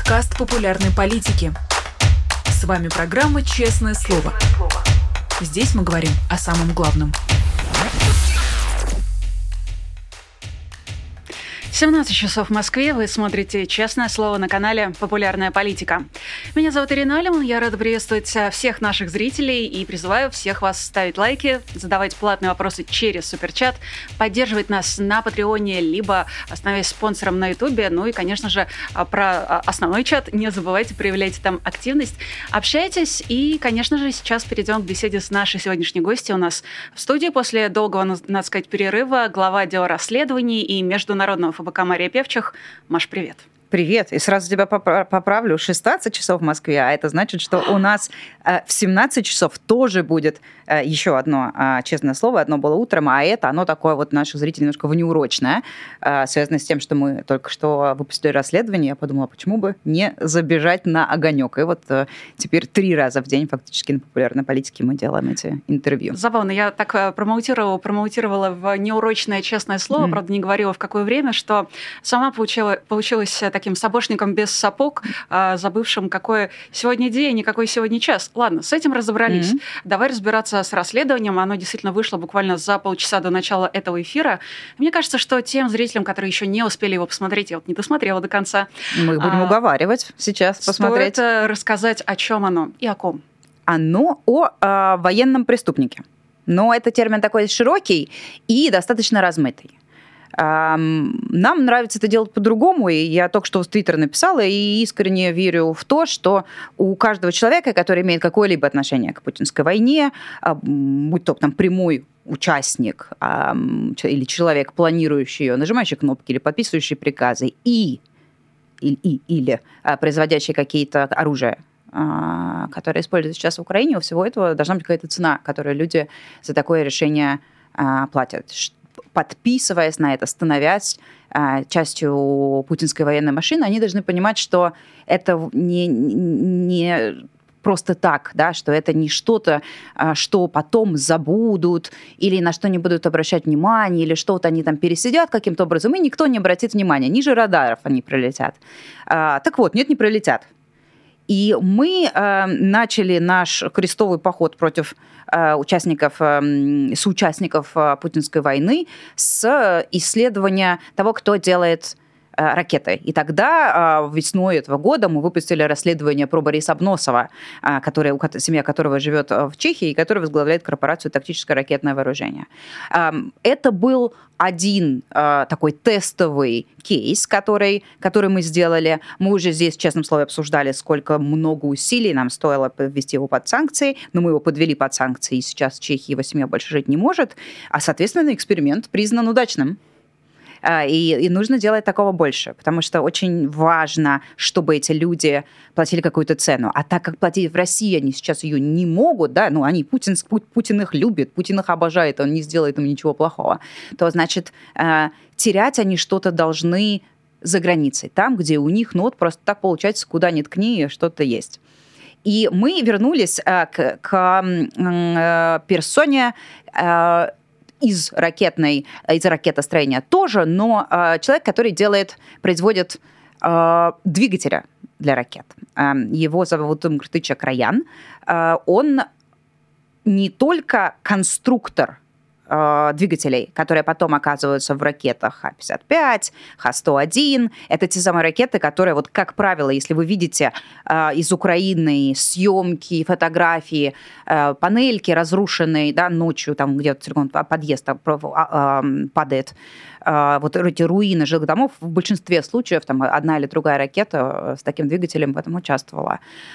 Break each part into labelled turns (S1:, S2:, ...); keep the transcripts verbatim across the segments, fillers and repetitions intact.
S1: подкаст популярной политики. С вами программа «Честное слово». Здесь мы говорим о самом главном.
S2: семнадцать часов в Москве. Вы смотрите «Честное слово» на канале «Популярная политика». Меня зовут Ирина Алиман. Я рада приветствовать всех наших зрителей и призываю всех вас ставить лайки, задавать платные вопросы через суперчат, поддерживать нас на Патреоне, либо становясь спонсором на Ютубе. Ну и, конечно же, про основной чат не забывайте, проявляйте там активность, общайтесь. И, конечно же, сейчас перейдем к беседе с нашей сегодняшней гостьей. У нас в студии после долгого, надо сказать, перерыва глава отдела расследований и международного ФБК Мария Певчих. Маш, привет.
S3: Привет. И сразу тебя поправлю. шестнадцать часов в Москве, а это значит, что у нас э, в семнадцать часов тоже будет э, еще одно э, честное слово. Одно было утром, а это, оно такое вот наших зрителей немножко внеурочное, э, связано с тем, что мы только что выпустили расследование. Я подумала, почему бы не забежать на огонек. И вот э, теперь три раза в день фактически на популярной политике мы делаем эти интервью.
S2: Забавно. Я так промоутировала, промоутировала в неурочное честное слово, mm. правда, не говорила, в какое время, что сама получила, получилась таким сапожником без сапог, забывшим, какой сегодня день и какой сегодня час. Ладно, с этим разобрались. Mm-hmm. Давай разбираться с расследованием. Оно действительно вышло буквально за полчаса до начала этого эфира. Мне кажется, что тем зрителям, которые еще не успели его посмотреть, я вот не досмотрела до конца.
S3: Мы будем а, уговаривать сейчас посмотреть.
S2: Стоит рассказать, о чем оно и о ком.
S3: Оно о э, военном преступнике. Но это термин такой широкий и достаточно размытый. Нам нравится это делать по-другому, и я только что в Твиттер написала, и искренне верю в то, что у каждого человека, который имеет какое-либо отношение к путинской войне, будь то там прямой участник или человек, планирующий ее, нажимающий кнопки или подписывающий приказы, и, и, и, или производящий какие-то оружия, которые используются сейчас в Украине, у всего этого должна быть какая-то цена, которую люди за такое решение платят. Подписываясь на это, становясь э, частью путинской военной машины, они должны понимать, что это не, не просто так, да, что это не что-то, э, что потом забудут или на что не будут обращать внимание, или что-то они там пересидят каким-то образом, и никто не обратит внимания. Ниже радаров они пролетят. Э, так вот, нет, не пролетят. И мы э, начали наш крестовый поход против э, участников, э, соучастников э, путинской войны с исследования того, кто делает э, ракеты. И тогда э, весной этого года мы выпустили расследование про Бориса Обносова, э, который, семья которого живет в Чехии и который возглавляет корпорацию «Тактическое ракетное вооружение». Э, это был один э, такой тестовый кейс, который, который мы сделали. Мы уже здесь, в честном слове, обсуждали, сколько много усилий нам стоило ввести его под санкции, но мы его подвели под санкции, и сейчас в Чехии его семья больше жить не может, а, соответственно, эксперимент признан удачным. И, и нужно делать такого больше, потому что очень важно, чтобы эти люди платили какую-то цену. А так как платить в России они сейчас ее не могут, да, ну, они, Путин, Путин их любит, Путин их обожает, он не сделает им ничего плохого, то, значит, терять они что-то должны за границей, там, где у них, ну, вот просто так получается, куда ни ткни, что-то есть. И мы вернулись к, к персоне из ракетной, из ракетостроения тоже, но э, человек, который делает, производит э, двигателя для ракет. Э, его зовут Мкртыча Краян. Э, он не только конструктор э, двигателей, которые потом оказываются в ракетах Х пятьдесят пять, Х сто один. Это те самые ракеты, которые, вот, как правило, если вы видите э, из Украины съемки, фотографии, э, панельки разрушенные, да, ночью, там где-то целиком подъезд там, э, э, падает, э, вот эти руины жилых домов, в большинстве случаев там одна или другая ракета с таким двигателем в этом участвовала.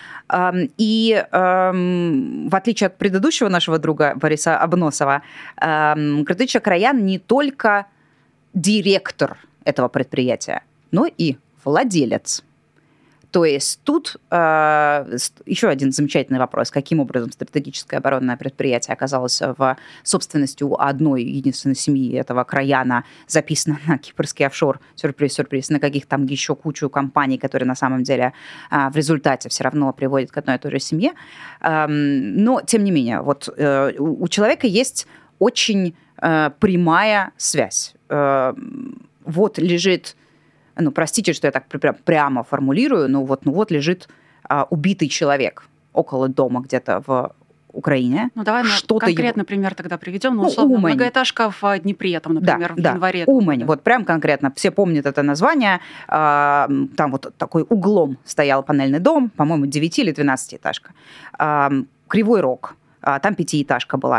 S3: И в отличие от предыдущего нашего друга Бориса Обносова, Мкртыча Краян не только директор этого предприятия, но и владелец. То есть тут э, еще один замечательный вопрос. Каким образом стратегическое оборонное предприятие оказалось в собственности у одной единственной семьи этого Краяна, записано на кипрский офшор, сюрприз-сюрприз, на каких там еще кучу компаний, которые на самом деле э, в результате все равно приводят к одной и той же семье. Э, но, тем не менее, вот э, у, у человека есть очень э, прямая связь. Э, вот лежит ну, простите, что я так прямо формулирую, но вот, ну, вот лежит а, убитый человек около дома где-то в Украине.
S2: Ну, давай мы конкретный его... пример тогда приведем. Ну,
S3: ну,
S2: условно,
S3: Умань.
S2: Многоэтажка в Днепре, там, например,
S3: да,
S2: в январе.
S3: Да, Умань, вот прям конкретно. Все помнят это название. Там вот такой углом стоял панельный дом, по-моему, девяти- или двенадцатиэтажка. Кривой Рог, там пятиэтажка была.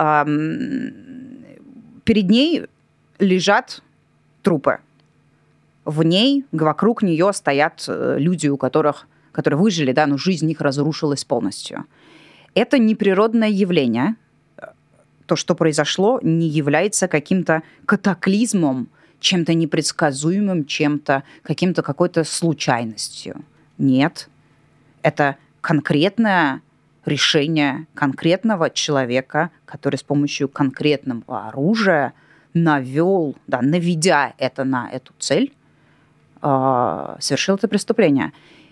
S3: Перед ней лежат трупы. В ней, вокруг нее стоят люди, у которых, которые выжили, да, но жизнь их разрушилась полностью. Это неприродное явление. То, что произошло, не является каким-то катаклизмом, чем-то непредсказуемым, чем-то, каким-то какой-то случайностью. Нет. Это конкретное решение конкретного человека, который с помощью конкретного оружия навел, да, наведя это на эту цель, э, совершил это преступление.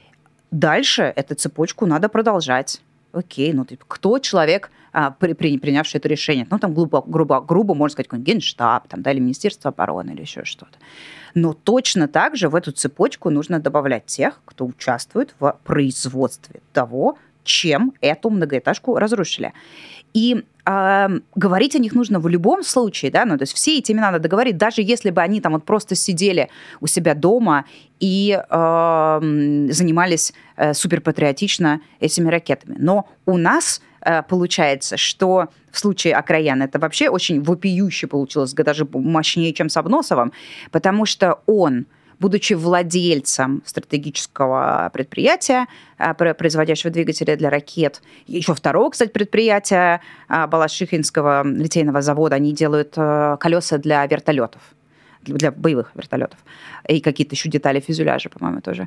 S3: Дальше эту цепочку надо продолжать. Окей, ну кто человек, а, при, при, принявший это решение? Ну, там грубо, грубо, грубо можно сказать, какой-нибудь Генштаб, там, да, или Министерство обороны, или еще что-то. Но точно так же в эту цепочку нужно добавлять тех, кто участвует в производстве того, чем эту многоэтажку разрушили. И э, говорить о них нужно в любом случае, да, ну, то есть все эти имена надо говорить, даже если бы они там вот просто сидели у себя дома и э, занимались э, суперпатриотично этими ракетами. Но у нас э, получается, что в случае Акрояна это вообще очень вопиюще получилось, даже мощнее, чем с Обносовым, потому что он, будучи владельцем стратегического предприятия, производящего двигатели для ракет, еще второго, кстати, предприятия Балашихинского литейного завода, они делают колеса для вертолетов, для боевых вертолетов, и какие-то еще детали фюзеляжа, по-моему, тоже.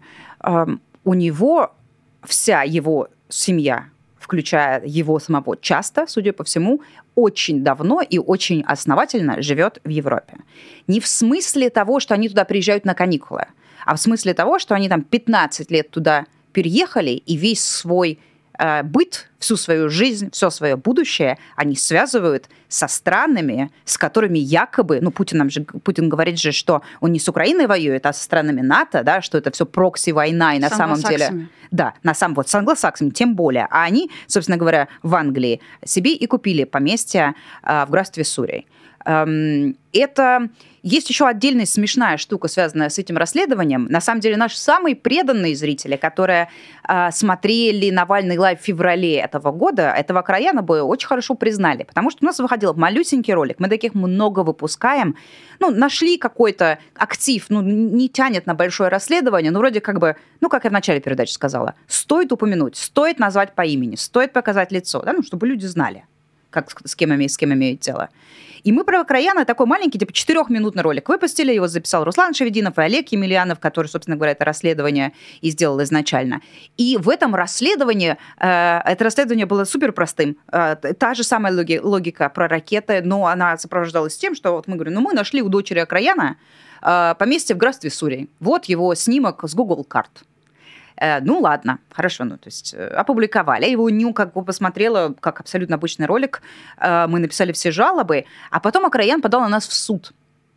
S3: У него вся его семья, включая его самого, часто, судя по всему, очень давно и очень основательно живет в Европе. Не в смысле того, что они туда приезжают на каникулы, а в смысле того, что они там пятнадцать лет туда переехали, и весь свой э, быт, всю свою жизнь, все свое будущее они связывают со странами, с которыми якобы, ну, Путин, нам же, Путин говорит же, что он не с Украиной воюет, а со странами НАТО, да, что это все прокси-война, и на самом деле... Да, на самом вот с англосаксами тем более. А они, собственно говоря, в Англии себе и купили поместье э, в графстве Суррей. Эм, это... Есть еще отдельная смешная штука, связанная с этим расследованием. На самом деле, наши самые преданные зрители, которые э, смотрели «Навальный лайв» в феврале этого года, этого Акрояна бы очень хорошо признали. Потому что у нас выходил малюсенький ролик, мы таких много выпускаем. Ну, нашли какой-то актив, ну, не тянет на большое расследование, но вроде как бы, ну, как я в начале передачи сказала, стоит упомянуть, стоит назвать по имени, стоит показать лицо, да, ну, чтобы люди знали, как, с кем имеют, с кем имеют дело. И мы про Акрояна такой маленький, типа четырехминутный ролик выпустили, его записал Руслан Шевединов и Олег Емельянов, который, собственно говоря, это расследование и сделал изначально. И в этом расследовании, э, это расследование было супер простым. Э, та же самая логи, логика про ракеты, но она сопровождалась тем, что вот мы говорим, ну мы нашли у дочери Акрояна э, поместье в графстве Суррей. Вот его снимок с Google карт. Ну, ладно, хорошо, ну, то есть опубликовали. Я его не как бы посмотрела, как абсолютно обычный ролик. Мы написали все жалобы, а потом Акроян подал на нас в суд.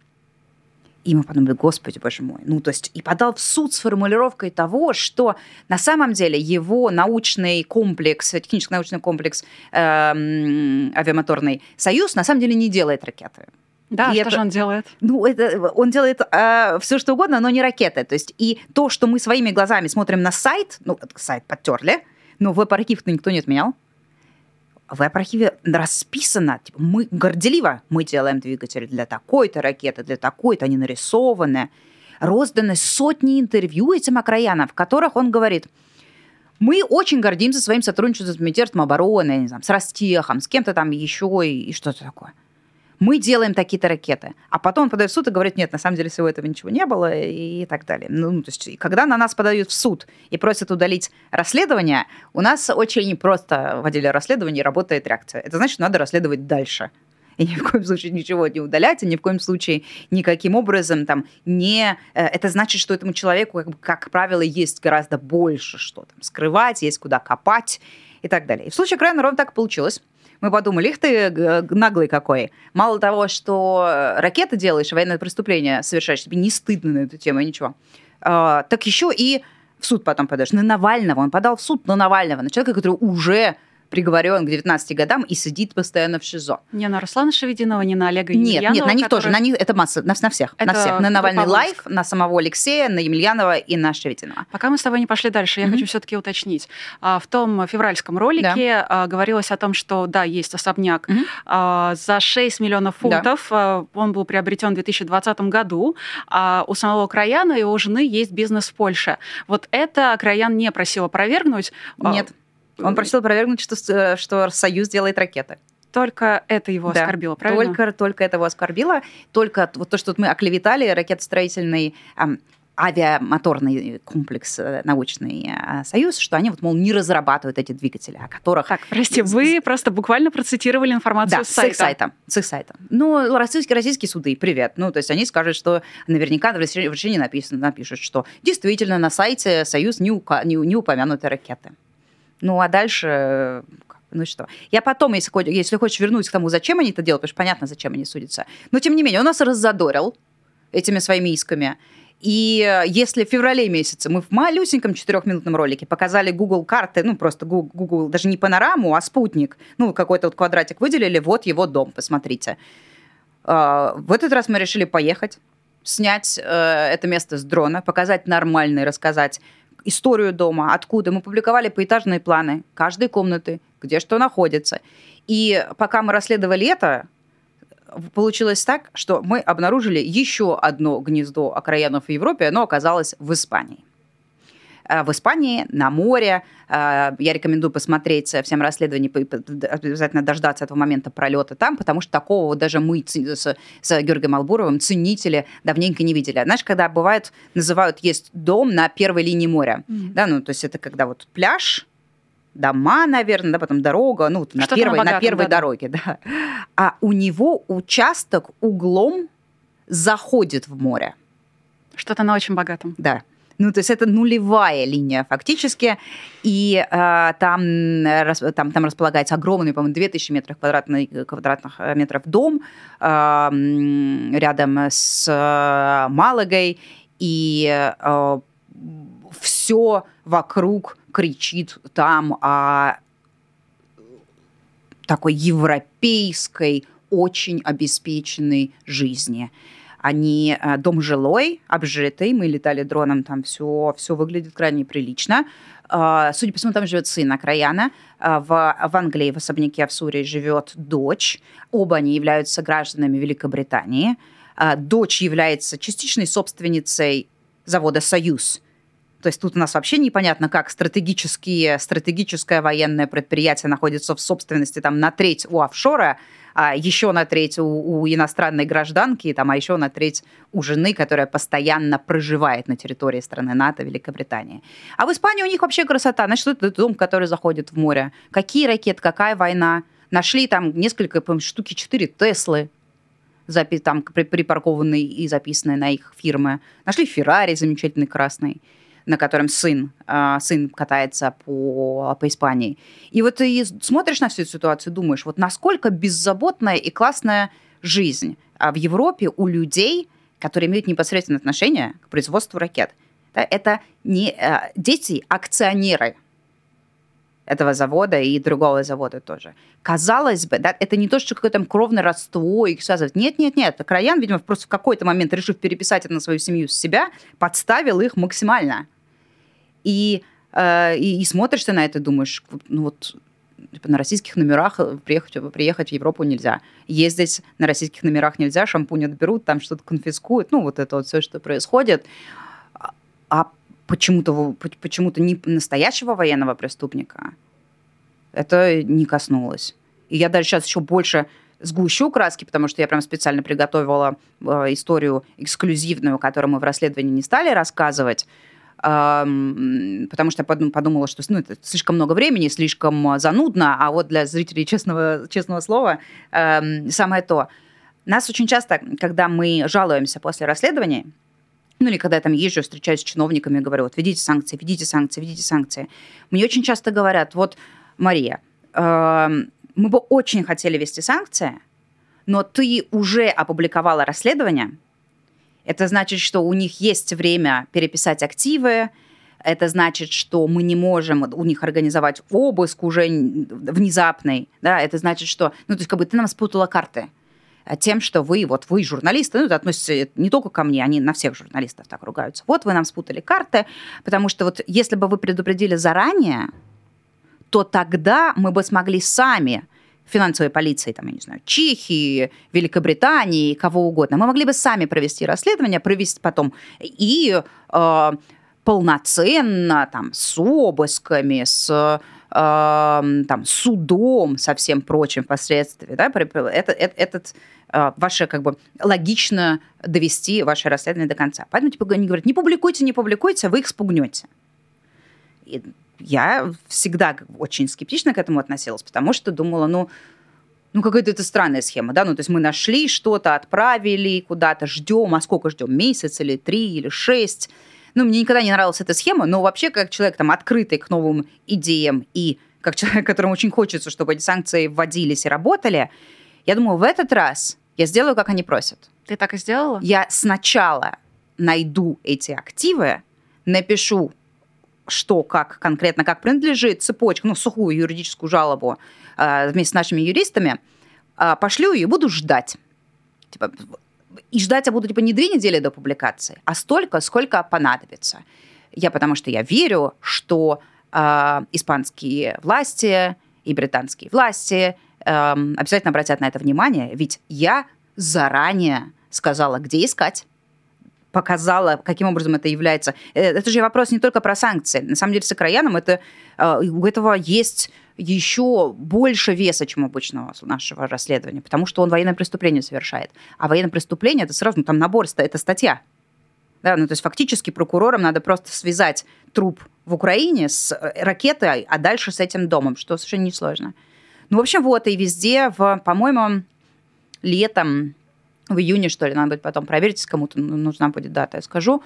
S3: И мы подумали, господи, боже мой. Ну, то есть и подал в суд с формулировкой того, что на самом деле его научный комплекс, технический научный комплекс э, авиамоторный «Союз» на самом деле не делает ракеты.
S2: Да,
S3: и
S2: что
S3: это,
S2: же он делает?
S3: Ну, это, он делает э, все, что угодно, но не ракеты. То есть и то, что мы своими глазами смотрим на сайт, ну, сайт подтерли, но веб-архив-то никто не отменял. В веб-архиве расписано, типа, мы горделиво, мы делаем двигатели для такой-то ракеты, для такой-то, они нарисованы. Розданы сотни интервью этим Акрояна, в которых он говорит, мы очень гордимся своим сотрудничеством с Министерством обороны, не знаю, с Ростехом, с кем-то там еще и, и что-то такое. Мы делаем такие-то ракеты. А потом он подает в суд и говорит, нет, на самом деле всего этого ничего не было и так далее. Ну, то есть, когда на нас подают в суд и просят удалить расследование, у нас очень просто в отделе расследований работает реакция. Это значит, что надо расследовать дальше. И ни в коем случае ничего не удалять, и ни в коем случае никаким образом там не... Это значит, что этому человеку, как, как правило, есть гораздо больше что там скрывать, есть куда копать и так далее. И в случае Акрояна ровно так и получилось. Мы подумали, их ты наглый какой. Мало того, что ракеты делаешь, военное преступление совершаешь, тебе не стыдно на эту тему, ничего. А, так еще и в суд потом подаешь. На Навального. Он подал в суд на Навального, на человека, который уже приговорен к девятнадцати годам и сидит постоянно в ШИЗО.
S2: Не на Руслана Шевединова, не на Олега
S3: Нет,
S2: Емельянова?
S3: нет, на них
S2: который...
S3: тоже. На них, это масса, на, на всех. Это на всех. На Навальный Лайв, на самого Алексея, на Емельянова и на Шевединова.
S2: Пока мы с тобой не пошли дальше, я mm-hmm. хочу все-таки уточнить. В том февральском ролике да. говорилось о том, что, да, есть особняк mm-hmm. за шесть миллионов фунтов. Да. Он был приобретен в две тысячи двадцатом году. А у самого Краяна и его жены есть бизнес в Польше. Вот это Краян не просил опровергнуть.
S3: Нет. Он просил опровергнуть, что, что Союз делает ракеты.
S2: Только это его да, оскорбило, правильно?
S3: Только, только это его оскорбило. Только вот то, что мы оклеветали, ракетостроительный эм, авиамоторный комплекс научный э, Союз, что они, вот, мол, не разрабатывают эти двигатели, о которых...
S2: Так, прости, вы просто буквально процитировали информацию
S3: да,
S2: с сайта.
S3: с их сайта. С их сайта. Ну, российские, российские суды, привет. Ну, то есть они скажут, что наверняка в решении написано, напишут, что действительно на сайте Союз не, ука- не, не упомянуты ракеты. Ну, а дальше, ну что. Я потом, если, если хочешь, вернусь к тому, зачем они это делают, потому что понятно, зачем они судятся. Но, тем не менее, он нас раззадорил этими своими исками. И если в феврале месяце мы в малюсеньком четырехминутном ролике показали Google карты, ну, просто Google, Google, даже не панораму, а спутник, ну, какой-то вот квадратик выделили, вот его дом, посмотрите. В этот раз мы решили поехать, снять это место с дрона, показать нормально и рассказать историю дома, откуда. Мы публиковали поэтажные планы каждой комнаты, где что находится. И пока мы расследовали это, получилось так, что мы обнаружили еще одно гнездо Акраянов в Европе, оно оказалось в Испании. В Испании, на море. Я рекомендую посмотреть всем расследования, обязательно дождаться этого момента пролета там, потому что такого вот даже мы с, с Георгием Албуровым, ценители, давненько не видели. Знаешь, когда бывает, называют, есть дом на первой линии моря. Mm-hmm. Да, ну, то есть это когда вот пляж, дома, наверное, да, потом дорога, ну, на первой, на, богатом, на первой да, дороге. Да. А у него участок углом заходит в море.
S2: Что-то на очень богатом.
S3: Да. Ну, то есть это нулевая линия фактически, и э, там, рас, там, там располагается огромный, по-моему, две тысячи метров квадратных, квадратных метров дом э, рядом с э, Малагой, и э, все вокруг кричит там о такой европейской, очень обеспеченной жизни. Они, дом жилой, обжитый, мы летали дроном, там все, все выглядит крайне прилично. Судя по всему, там живет сын Акраяна. В, в Англии, в особняке в Сурии живет дочь. Оба они являются гражданами Великобритании. Дочь является частичной собственницей завода «Союз». То есть тут у нас вообще непонятно, как стратегические, стратегическое военное предприятие находится в собственности там, на треть у офшора, а еще на треть у, у иностранной гражданки, там, а еще на треть у жены, которая постоянно проживает на территории страны НАТО, Великобритании. А в Испании у них вообще красота. Значит, это дом, который заходит в море. Какие ракеты, какая война. Нашли там несколько, по-моему, штуки четыре Теслы, запи- там припаркованные и записанные на их фирмы. Нашли Феррари замечательный красный, на котором сын, э, сын катается по, по Испании. И вот ты смотришь на всю эту ситуацию, думаешь, вот насколько беззаботная и классная жизнь в Европе у людей, которые имеют непосредственное отношение к производству ракет. Да, это не э, дети, акционеры этого завода и другого завода тоже. Казалось бы, да, это не то, что какое-то там кровное родство их связывает. Нет, нет, нет. Краян, видимо, просто в какой-то момент, решив переписать это на свою семью с себя, подставил их максимально. И, э, и, и смотришь ты на это и думаешь, ну вот типа, на российских номерах приехать, приехать в Европу нельзя. Ездить на российских номерах нельзя, шампунь отберут, там что-то конфискуют. Ну, вот это вот все, что происходит. А почему-то, почему-то не настоящего военного преступника это не коснулось. И я даже сейчас еще больше сгущу краски, потому что я прям специально приготовила э, историю эксклюзивную, которую мы в расследовании не стали рассказывать, потому что я подумала, что ну, это слишком много времени, слишком занудно, а вот для зрителей честного, честного слова самое то. Нас очень часто, когда мы жалуемся после расследования, ну или когда я там езжу, встречаюсь с чиновниками и говорю, вот введите санкции, введите санкции, введите санкции, мне очень часто говорят, вот, Мария, мы бы очень хотели ввести санкции, но ты уже опубликовала расследование. Это значит, что у них есть время переписать активы. Это значит, что мы не можем у них организовать обыск уже внезапный. Да? Это значит, что... Ну, то есть, как бы ты нам спутала карты тем, что вы, вот вы журналисты, ну, это относится не только ко мне, они на всех журналистов так ругаются. Вот вы нам спутали карты, потому что вот если бы вы предупредили заранее, то тогда мы бы смогли сами, финансовой полиции, там, я не знаю, Чехии, Великобритании, кого угодно, мы могли бы сами провести расследование, провести потом и э, полноценно, там, с обысками, с там, судом, со всем прочим впоследствии, да, это, это, этот, ваше, как бы, логично довести ваше расследование до конца. Поэтому типа, они говорят, не публикуйте, не публикуйте, вы их спугнете. И я всегда очень скептично к этому относилась, потому что думала, ну, ну какая-то это странная схема, да, ну, то есть мы нашли что-то, отправили куда-то, ждем, а сколько ждем, месяц или три, или шесть. Ну, мне никогда не нравилась эта схема, но вообще как человек там открытый к новым идеям и как человек, которому очень хочется, чтобы эти санкции вводились и работали, я думаю, в этот раз я сделаю, как они просят.
S2: Ты так и сделала?
S3: Я сначала найду эти активы, напишу, что, как конкретно, как принадлежит цепочка, ну, сухую юридическую жалобу э, вместе с нашими юристами, э, пошлю ее и буду ждать. Типа... И ждать я буду типа не две недели до публикации, а столько, сколько понадобится. Я потому что я верю, что э, испанские власти и британские власти э, обязательно обратят на это внимание, ведь я заранее сказала, где искать, показала, каким образом это является. Это же вопрос не только про санкции. На самом деле с Экрояном это, э, у этого есть еще больше веса, чем обычного нашего расследования, потому что он военное преступление совершает. А военное преступление – это сразу ну, там набор, это статья. Да, ну, то есть фактически прокурорам надо просто связать труп в Украине с ракетой, а дальше с этим домом, что совершенно несложно. Ну, в общем, вот, и везде, в, по-моему, летом, в июне, что ли, надо будет потом проверить, если кому-то нужна будет дата, я скажу,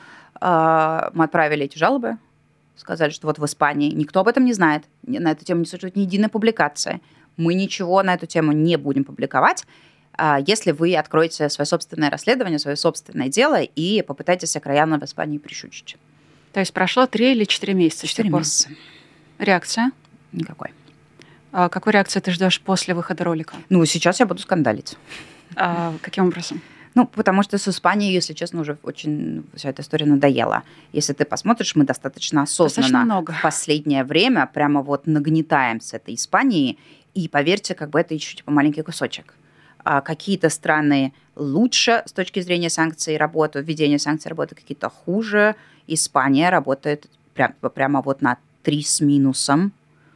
S3: мы отправили эти жалобы, сказали, что вот в Испании никто об этом не знает, на эту тему не существует ни единой публикации. Мы ничего на эту тему не будем публиковать, если вы откроете свое собственное расследование, свое собственное дело и попытаетесь Экрояна в Испании прищучить.
S2: То есть прошло три или четыре месяца?
S3: Четыре месяца.
S2: Реакция?
S3: Никакой.
S2: А какой реакции ты ждешь после выхода ролика?
S3: Ну, сейчас я буду скандалить.
S2: А каким образом?
S3: Ну, потому что с Испанией, если честно, уже очень вся эта история надоела. Если ты посмотришь, мы достаточно осознанно в последнее время прямо вот нагнетаем с этой Испанией. И поверьте, как бы это еще типа маленький кусочек. А какие-то страны лучше с точки зрения санкций работают, введения санкций работают, какие-то хуже. Испания работает прям, прямо вот на три с минусом.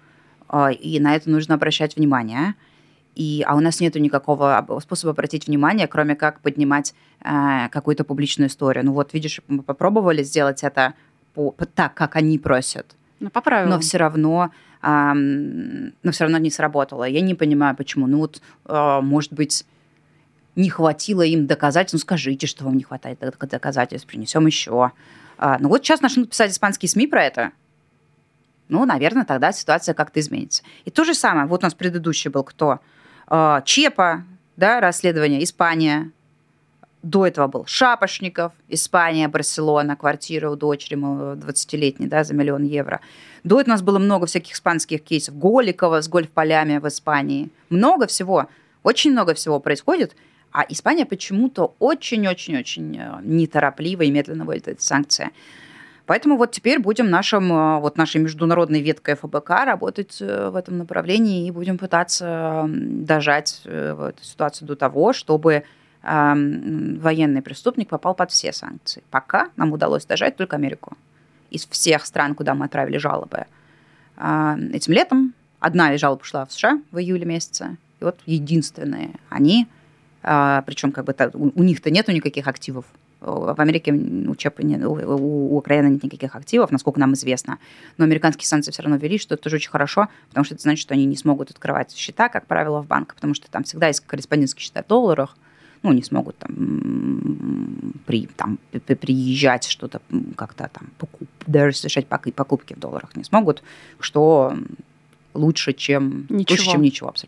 S3: И на это нужно обращать внимание. И, а у нас нет никакого способа обратить внимание, кроме как поднимать э, какую-то публичную историю. Ну вот, видишь, мы попробовали сделать это по, по, так, как они просят.
S2: Ну, по правилам.
S3: Но все равно, э, но все равно не сработало. Я не понимаю, почему. Ну вот, э, может быть, не хватило им доказательств. Ну скажите, что вам не хватает доказательств, принесем еще. Э, ну вот сейчас начнут писать испанские СМИ про это. Ну, наверное, тогда ситуация как-то изменится. И то же самое. Вот у нас предыдущий был кто? Чепа, да, расследование, Испания. До этого был Шапошников, Испания, Барселона, квартира у дочери двадцатилетней, да, за миллион евро. До этого у нас было много всяких испанских кейсов. Голикова с гольф-полями в Испании. Много всего, очень много всего происходит. А Испания почему-то очень-очень-очень неторопливо и медленно вводит эти санкции. Поэтому вот теперь будем нашим, вот нашей международной веткой эф бэ ка работать в этом направлении и будем пытаться дожать эту ситуацию до того, чтобы военный преступник попал под все санкции. Пока нам удалось дожать только Америку. Из всех стран, куда мы отправили жалобы этим летом, одна из жалоб ушла в США в июле месяце. И вот единственные они, причем как бы у, у них-то нету никаких активов. В Америке у ЧЕПа нет, у, у Украины нет никаких активов, насколько нам известно. Но американские санкции все равно ввели, что это тоже очень хорошо, потому что это значит, что они не смогут открывать счета, как правило, в банках, потому что там всегда есть корреспондентские счета в долларах. Ну, не смогут там, при, там приезжать что-то как-то там, покуп, даже совершать покупки в долларах не смогут, что лучше, чем
S2: ничего,
S3: лучше, чем ничего абсолютно точно.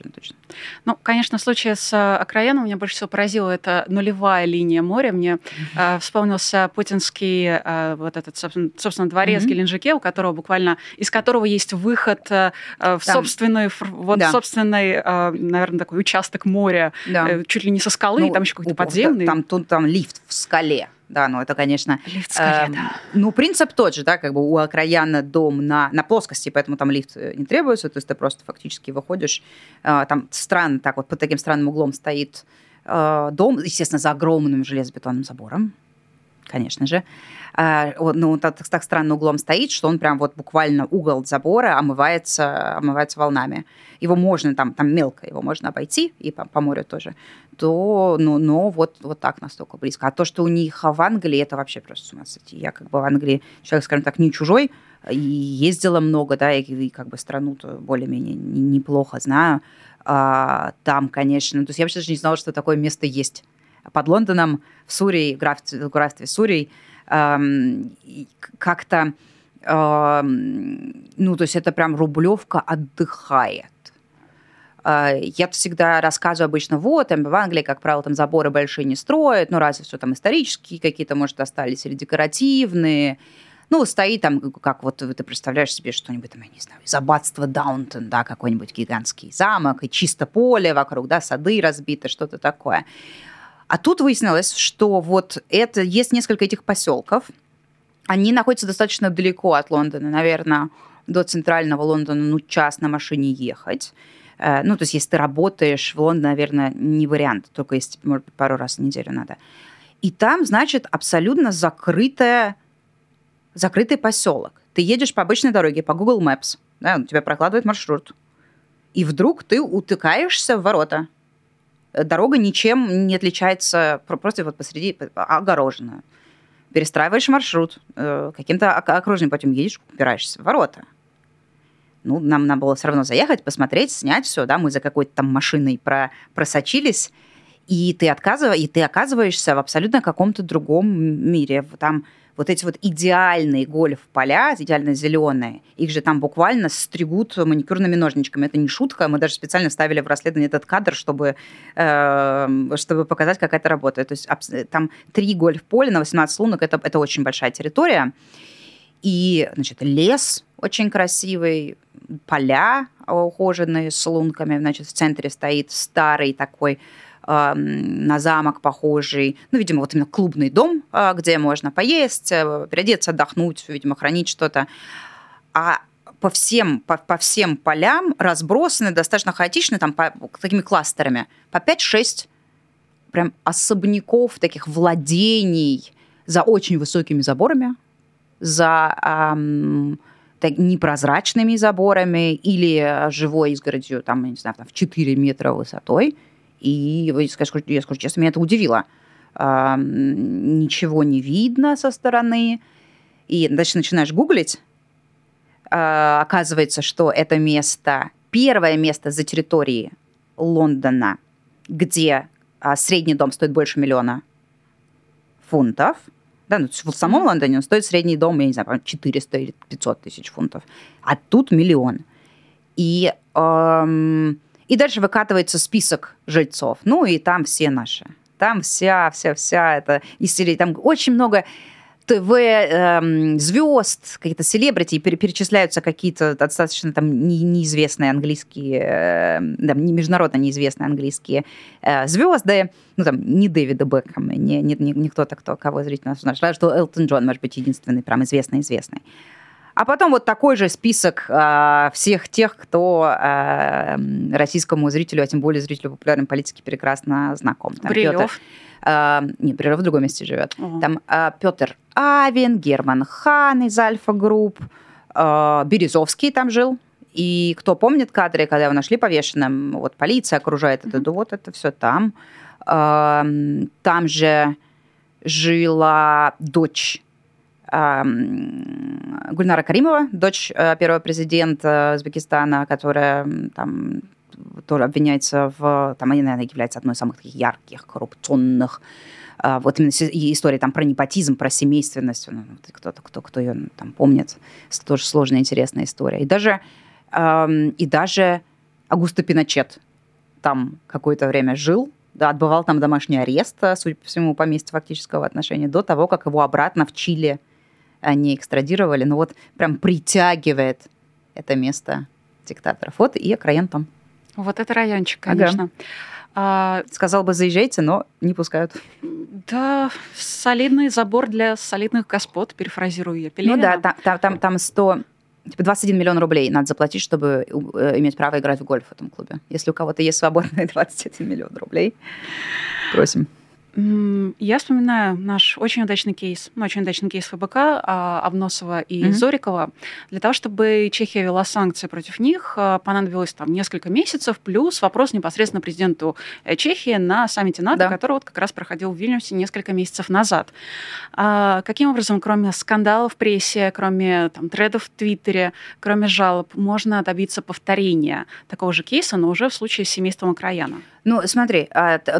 S2: Ну, конечно, в случае с Окраеном меня больше всего поразило это нулевая линия моря. Мне mm-hmm. э, вспомнился путинский э, вот этот, собственно, собственно дворец mm-hmm. в Геленджике, у которого буквально, из которого есть выход э, в там. собственный, вот да. собственный, э, наверное, такой участок моря, да. э, чуть ли не со скалы, ну, там еще какой-то подземный.
S3: Там, тут там лифт в скале. Да, ну это, конечно...
S2: Лифт в скале, э, да.
S3: Ну, принцип тот же, да, как бы у Окраяна дом на, на плоскости, поэтому там лифт не требуется, то есть ты просто фактически выходишь, э, там странно, так вот под таким странным углом стоит э, дом, естественно, за огромным железобетонным забором, конечно же. Э, ну, он так, так странным углом стоит, что он прям вот буквально угол забора омывается, омывается волнами. Его можно там, там мелко, его можно обойти, и по, по морю тоже, то, ну, но вот, вот так настолько близко. А то, что у них в Англии, это вообще просто с ума сойти. Я как бы в Англии человек, скажем так, не чужой, и ездила много, да, и, и как бы страну-то более-менее неплохо знаю. А, там, конечно, то есть я вообще даже не знала, что такое место есть. Под Лондоном, в Сурии, в графстве, в графстве Сурии, эм, как-то, эм, ну, то есть это прям Рублевка отдыхает. Я всегда рассказываю обычно, вот, там в Англии, как правило, там заборы большие не строят, ну, разве что там исторические какие-то, может, остались, или декоративные. Ну, стоит там, как вот ты представляешь себе что-нибудь, там, я не знаю, из аббатства Даунтон, да, какой-нибудь гигантский замок, и чисто поле вокруг, да, сады разбиты, что-то такое. А тут выяснилось, что вот это, есть несколько этих поселков, они находятся достаточно далеко от Лондона, наверное, до центрального Лондона, ну, час на машине ехать. Ну, то есть, если ты работаешь в Лондоне, наверное, не вариант, только если, может быть, пару раз в неделю надо. И там, значит, абсолютно закрытая, закрытый поселок. Ты едешь по обычной дороге, по Google Maps, да, он тебе прокладывает маршрут, и вдруг ты утыкаешься в ворота. Дорога ничем не отличается, просто вот посреди огороженная. Перестраиваешь маршрут, каким-то окружным путем едешь, упираешься в ворота. Ну, нам надо было все равно заехать, посмотреть, снять все, да, мы за какой-то там машиной про, просочились, и ты, отказыв... и ты оказываешься в абсолютно каком-то другом мире. Там вот эти вот идеальные гольф-поля, идеально зеленые, их же там буквально стригут маникюрными ножничками. Это не шутка, мы даже специально вставили в расследование этот кадр, чтобы, э, чтобы показать, как это работает. То есть там три гольф-поля на восемнадцать лунок, это, это очень большая территория. И, значит, лес очень красивый, поля ухоженные с лунками. Значит, в центре стоит старый такой э, на замок похожий, ну, видимо, вот именно клубный дом, э, где можно поесть, э, переодеться, отдохнуть, видимо, хранить что-то. А по всем, по, по всем полям разбросаны достаточно хаотично, там, по, такими кластерами, по пять-шесть прям особняков, таких владений за очень высокими заборами, за эм, так, непрозрачными заборами или живой изгородью, там, я не знаю, там, в четыре метра высотой. И я скажу, я скажу честно, меня это удивило. Эм, ничего не видно со стороны. И дальше начинаешь гуглить. Э, оказывается, что это место, первое место за территорией Лондона, где э, средний дом стоит больше миллиона фунтов. Да, ну, в самом Лондоне он стоит средний дом, я не знаю, четыреста или пятьсот тысяч фунтов. А тут миллион. И, эм, и дальше выкатывается список жильцов. Ну, и там все наши. Там вся, вся, вся эта истерия. Там очень много ТВ-звезд, эм, какие-то селебрити, перечисляются какие-то достаточно там не, неизвестные английские, э, да, не международно неизвестные английские э, звезды. Ну, там, не Дэвида Бекхэма, не, не, не, не кто-то, кто, кого зрительно знает, что Элтон Джон, может быть, единственный прям известный-известный. А потом вот такой же список э, всех тех, кто э, российскому зрителю, а тем более зрителю популярной политики прекрасно знаком. Там
S2: Брилев.
S3: Э, нет, Брилев в другом месте живет. Uh-huh. Там э, Петр Авен, Герман Хан из Альфа-групп, э, Березовский там жил. И кто помнит кадры, когда его нашли повешенным, вот полиция окружает uh-huh. это, вот это все там. Э, там же жила дочь Гульнара Каримова, дочь первого президента Узбекистана, которая там тоже обвиняется в... Там, она, наверное, является одной из самых таких ярких, коррупционных. Вот именно история там про непотизм, про семейственность. Ну, кто-то, кто, кто ее там помнит. Это тоже сложная, интересная история. И даже, и даже Аугусто Пиночет там какое-то время жил, да, отбывал там домашний арест, судя по всему, по месту фактического отношения, до того, как его обратно в Чили не экстрадировали. Ну вот прям притягивает это место диктаторов. Вот и Акраен там.
S2: Вот это райончик, конечно.
S3: Ага. А, сказал бы, заезжайте, но не пускают.
S2: Да, солидный забор для солидных господ, перефразирую я Пелевина.
S3: Ну да, там, там, там, там сто, типа двадцать один миллион рублей надо заплатить, чтобы иметь право играть в гольф в этом клубе. Если у кого-то есть свободные двадцать один миллион рублей, просим.
S2: Я вспоминаю наш очень удачный кейс, ну, очень удачный кейс ФБК, Обносова и mm-hmm. Зорикова. Для того, чтобы Чехия ввела санкции против них, понадобилось там несколько месяцев, плюс вопрос непосредственно президенту Чехии на саммите НАТО, да. который вот как раз проходил в Вильнюсе несколько месяцев назад. А каким образом, кроме скандалов в прессе, кроме там, тредов в Твиттере, кроме жалоб, можно добиться повторения такого же кейса, но уже в случае с семейством Акраяна?
S3: Ну, смотри,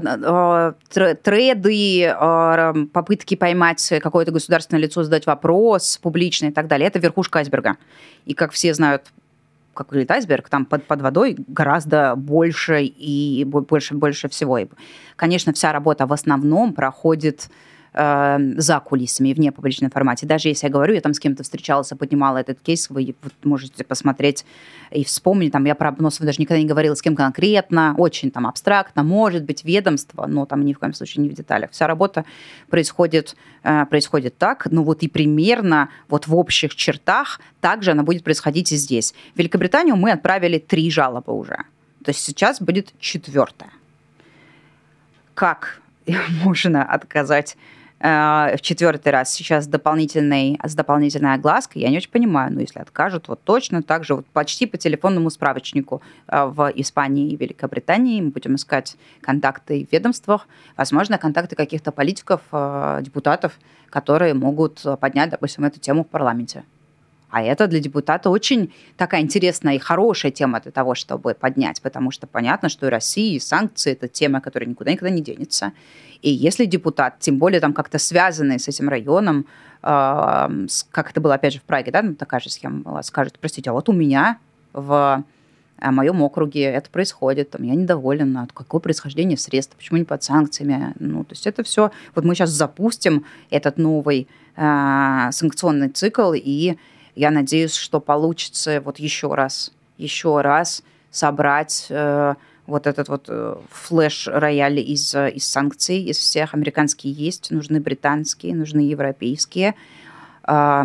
S3: треды, попытки поймать какое-то государственное лицо, задать вопрос публично и так далее, это верхушка айсберга. И, как все знают, как выглядит айсберг, там под, под водой гораздо больше и больше, больше всего. И, конечно, вся работа в основном проходит э, за кулисами, вне публичной информации. Даже если я говорю, я там с кем-то встречалась, поднимала этот кейс, вы можете посмотреть и вспомнить. Там я про Обносова даже никогда не говорила, с кем конкретно, очень там абстрактно, может быть, ведомство, но там ни в коем случае не в деталях. Вся работа происходит, э, происходит так, ну вот и примерно вот в общих чертах также она будет происходить и здесь. В Великобританию мы отправили три жалобы уже. То есть сейчас будет четвертая. Как можно отказать э, в четвертый раз сейчас с дополнительной, с дополнительной оглаской, я не очень понимаю, но если откажут, вот точно так же, вот почти по телефонному справочнику э, в Испании и Великобритании мы будем искать контакты в ведомствах, возможно, контакты каких-то политиков, э, депутатов, которые могут поднять, допустим, эту тему в парламенте. А это для депутата очень такая интересная и хорошая тема для того, чтобы поднять, потому что понятно, что и Россия, и санкции – это тема, которая никуда-никуда не денется. И если депутат, тем более там как-то связанный с этим районом, э, как это было, опять же, в Праге, да, ну, такая же схема была, скажет, простите, а вот у меня в моем округе это происходит, там, я недоволен, от какого происхождения средств, почему не под санкциями. Ну, то есть это все. Вот мы сейчас запустим этот новый э, санкционный цикл, и я надеюсь, что получится вот еще раз, еще раз собрать э, вот этот вот э, флеш-рояль из, из санкций, из всех. Американские есть, нужны британские, нужны европейские, э,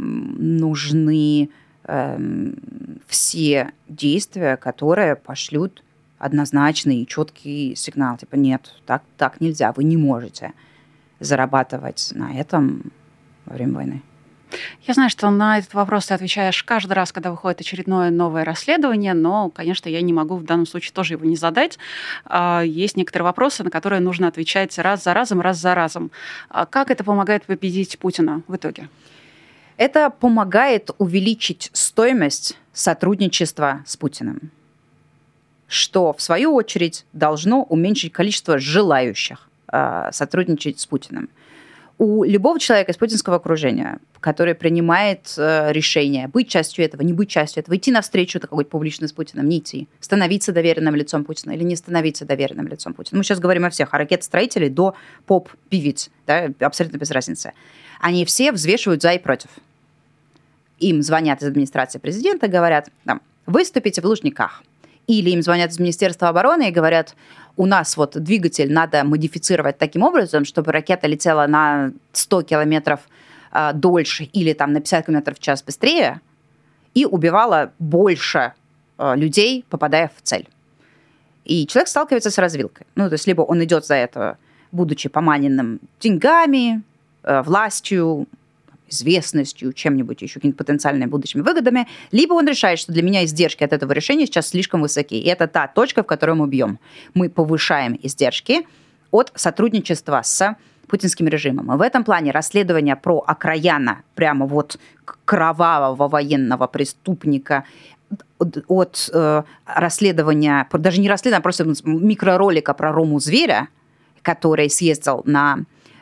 S3: нужны э, все действия, которые пошлют однозначный и четкий сигнал. Типа нет, так, так нельзя, вы не можете зарабатывать на этом во время войны.
S2: Я знаю, что на этот вопрос ты отвечаешь каждый раз, когда выходит очередное новое расследование, но, конечно, я не могу в данном случае тоже его не задать. Есть некоторые вопросы, на которые нужно отвечать раз за разом, раз за разом. Как это помогает победить Путина в итоге?
S3: Это помогает увеличить стоимость сотрудничества с Путиным, что, в свою очередь, должно уменьшить количество желающих сотрудничать с Путиным. У любого человека из путинского окружения, который принимает э, решение быть частью этого, не быть частью этого, идти навстречу какой-то публично с Путиным, не идти, становиться доверенным лицом Путина или не становиться доверенным лицом Путина. Мы сейчас говорим о всех, от ракетостроителей до поп-певиц, да, абсолютно без разницы. Они все взвешивают за и против. Им звонят из администрации президента, говорят, там, выступите в Лужниках. Или им звонят из Министерства обороны и говорят, у нас вот двигатель надо модифицировать таким образом, чтобы ракета летела на сто километров э, дольше или там, на пятьдесят километров в час быстрее и убивала больше э, людей, попадая в цель. И человек сталкивается с развилкой. Ну, то есть либо он идет за это, будучи поманенным деньгами, э, властью, известностью, чем-нибудь еще, какими-то потенциальными будущими выгодами, либо он решает, что для меня издержки от этого решения сейчас слишком высоки. И это та точка, в которую мы бьем. Мы повышаем издержки от сотрудничества с путинским режимом. И в этом плане расследование про Акраяна, прямо вот кровавого военного преступника, от, от э, расследования, даже не расследования, а просто микроролика про Рому Зверя, который съездил на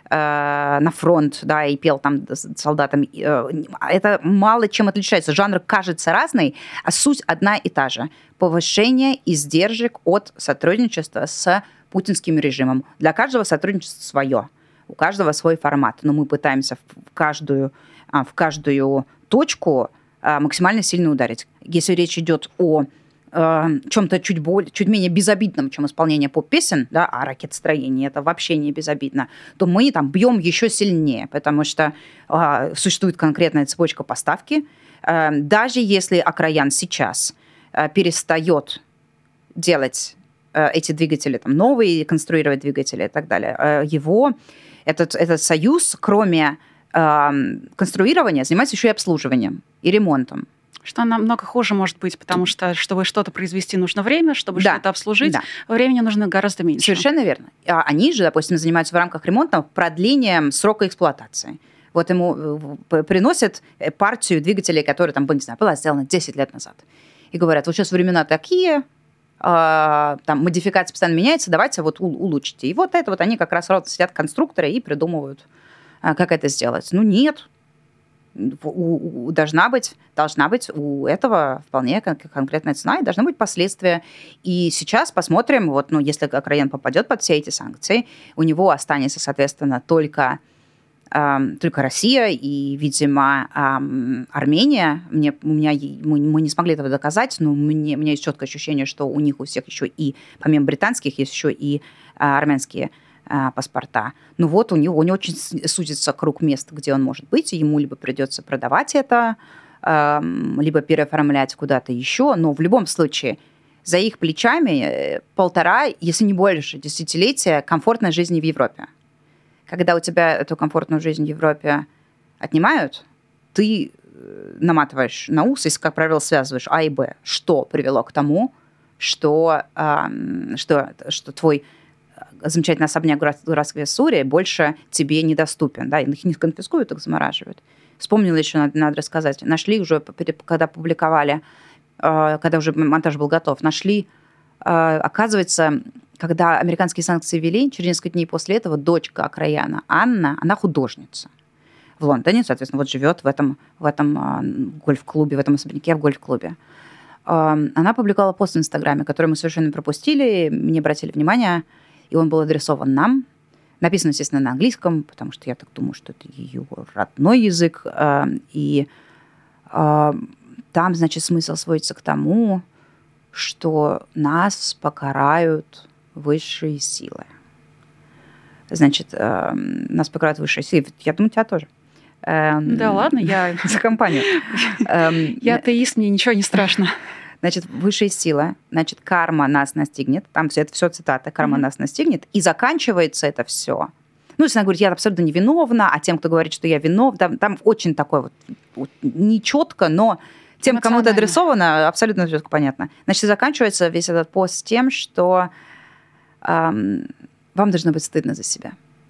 S3: э, на фронт, да, и пел там солдатам. Э, это мало чем отличается. Жанр кажется разный, а суть одна и та же. Повышение издержек от сотрудничества с путинским режимом. Для каждого сотрудничество свое. У каждого свой формат. Но мы пытаемся в каждую, в каждую точку максимально сильно ударить. Если речь идет о чем-то чуть, более, чуть менее безобидном, чем исполнение поп-песен, да, а ракетостроение это вообще не безобидно, то мы там бьем еще сильнее, потому что э, существует конкретная цепочка поставки. Э, даже если Акроян сейчас э, перестает делать э, эти двигатели, там, новые, конструировать двигатели и так далее, э, его, этот, этот союз, кроме э, конструирования, занимается еще и обслуживанием и ремонтом.
S2: Что намного хуже может быть, потому что, чтобы что-то произвести, нужно время, чтобы да. что-то обслужить, да. времени нужно гораздо меньше.
S3: Совершенно верно. Они же, допустим, занимаются в рамках ремонта продлением срока эксплуатации. Вот ему приносят партию двигателей, которые, там, не знаю, была сделана десять лет назад. И говорят, вот сейчас времена такие, там модификация постоянно меняется, давайте вот улучшите. И вот это вот они как раз сидят конструкторы и придумывают, как это сделать. Ну, нет. У, у, должна быть, должна быть у этого вполне конкретная цена и должны быть последствия. И сейчас посмотрим, вот, ну, если Акроян попадет под все эти санкции, у него останется, соответственно, только, э, только Россия и, видимо, э, Армения. Мне, у меня, мы, мы не смогли этого доказать, но мне, у меня есть четкое ощущение, что у них у всех еще и, помимо британских, есть еще и э, армянские паспорта. Ну вот у него, у него очень сузится круг мест, где он может быть, и ему либо придется продавать это, либо переоформлять куда-то еще, но в любом случае за их плечами полтора, если не больше, десятилетия комфортной жизни в Европе. Когда у тебя эту комфортную жизнь в Европе отнимают, ты наматываешь на ус и, как правило, связываешь А и Б, что привело к тому, что, что, что твой замечательный особняк в Москве Сурии больше тебе недоступен. Да? Их не конфискуют, их замораживают. Вспомнила еще, надо, надо рассказать. Нашли уже, когда публиковали, когда уже монтаж был готов, нашли, оказывается, когда американские санкции ввели, через несколько дней после этого дочка Акрояна, Анна, она художница в Лондоне, соответственно, вот живет в этом, в этом гольф-клубе, в этом особняке в гольф-клубе. Она публиковала пост в Инстаграме, который мы совершенно пропустили, не обратили внимания, и он был адресован нам. Написан, естественно, на английском, потому что я так думаю, что это ее родной язык. И там, значит, смысл сводится к тому, что нас покарают высшие силы. Значит, нас покарают высшие силы. Я думаю, тебя тоже.
S2: Да ладно, я...
S3: За компанию.
S2: Я атеист, мне ничего не страшно.
S3: Значит, высшая сила, значит, карма нас настигнет. Там все, это все цитата, карма mm-hmm. нас настигнет. И заканчивается это все. Ну, если она говорит, я абсолютно невиновна, а тем, кто говорит, что я виновна, там, там очень такое вот, вот нечетко, но тем, кому это адресовано, абсолютно четко понятно. Значит, заканчивается весь этот пост тем, что эм, вам должно быть стыдно за себя.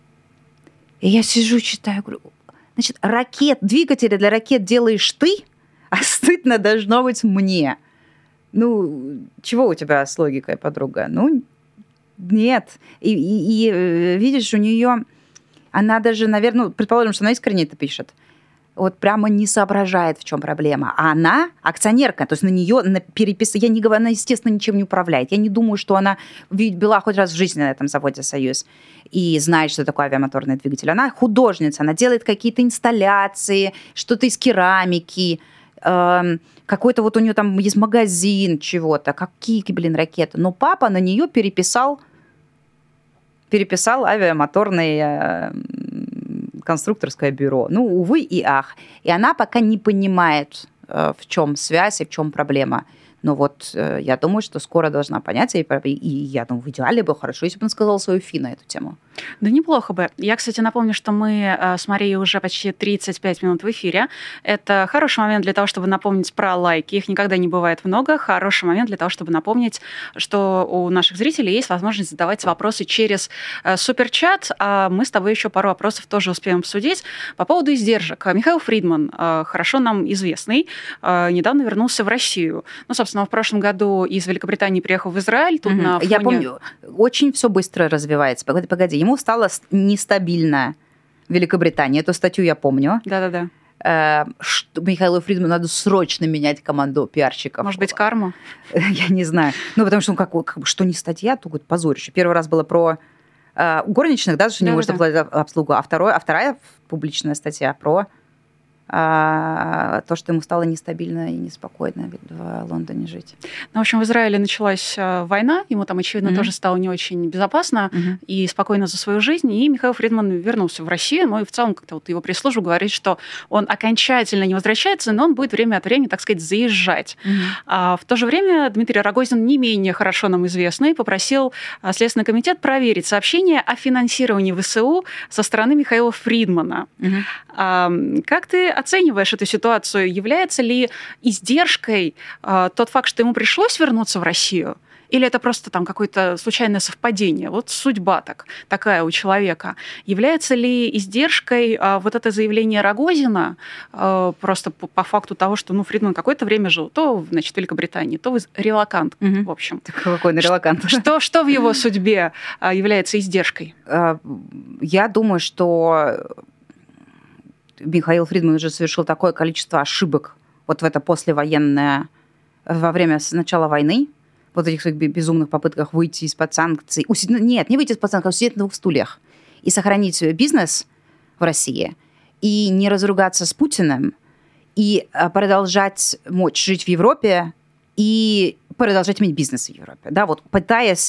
S3: И я сижу, читаю, говорю, значит, ракет, двигатели для ракет делаешь ты, а стыдно должно быть мне. Ну, чего у тебя с логикой, подруга? Ну, нет. И, и, и видишь, у нее, она даже, наверное, ну, предположим, что она искренне это пишет, вот прямо не соображает, в чем проблема. А она акционерка, то есть на нее на перепис... Я не говорю, она, естественно, ничем не управляет. Я не думаю, что она была хоть раз в жизни на этом заводе «Союз» и знает, что такое авиамоторный двигатель. Она художница, она делает какие-то инсталляции, что-то из керамики, эм, какой-то вот у нее там есть магазин чего-то, какие, блин, ракеты. Но папа на нее переписал, переписал авиамоторное э, конструкторское бюро. Ну, увы и ах. И она пока не понимает, э, в чем связь и в чем проблема. Но вот э, я думаю, что скоро должна понять, и, и я думаю, в идеале бы хорошо, если бы он сказал свою фи на эту тему.
S2: Да неплохо бы. Я, кстати, напомню, что мы с Марией уже почти тридцать пять минут в эфире. Это хороший момент для того, чтобы напомнить про лайки. Их никогда не бывает много. Хороший момент для того, чтобы напомнить, что у наших зрителей есть возможность задавать вопросы через суперчат. А мы с тобой еще пару вопросов тоже успеем обсудить. По поводу издержек. Михаил Фридман, хорошо нам известный, недавно вернулся в Россию. Ну, собственно, в прошлом году из Великобритании приехал в Израиль. Тут mm-hmm. на фоне...
S3: Я помню, очень все быстро развивается. Погоди, погоди. Ему стало нестабильно Великобритании. Эту статью я помню.
S2: Да-да-да.
S3: Что Михаилу Фридману надо срочно менять команду пиарщиков.
S2: Может быть, карму?
S3: Я не знаю. Ну, потому что, ну, как, как, что не статья, то какое-то позорище. Первый раз было про э, горничных, да, что да, не да, может да. оплатить обслугу, а, второй, а вторая публичная статья про а, то, что ему стало нестабильно и неспокойно в Лондоне жить.
S2: Ну, в общем, в Израиле началась война, ему там, очевидно, mm-hmm. тоже стало не очень безопасно mm-hmm. и спокойно за свою жизнь, и Михаил Фридман вернулся в Россию, ну и в целом как-то вот его пресс-служба говорит, что он окончательно не возвращается, но он будет время от времени, так сказать, заезжать. Mm-hmm. А в то же время Дмитрий Рогозин, не менее хорошо нам известный, попросил Следственный комитет проверить сообщение о финансировании ВСУ со стороны Михаила Фридмана. Mm-hmm. А, как ты оцениваешь эту ситуацию? Является ли издержкой э, тот факт, что ему пришлось вернуться в Россию? Или это просто там какое-то случайное совпадение? Вот судьба так, такая у человека. Является ли издержкой э, вот это заявление Рогозина э, просто по, по факту того, что ну, Фридман какое-то время жил то значит, в Великобритании, то в релокант, угу. в общем.
S3: Какой он релокант?
S2: Что, что в его судьбе э, является издержкой?
S3: Я думаю, что Михаил Фридман уже совершил такое количество ошибок вот в это послевоенное, во время начала войны, вот этих своих безумных попытках выйти из-под санкций. Усид... Нет, не выйти из-под санкций, а усидеть на двух стульях и сохранить свой бизнес в России, и не разругаться с Путиным, и продолжать мочь жить в Европе, и продолжать иметь бизнес в Европе. Да, вот пытаясь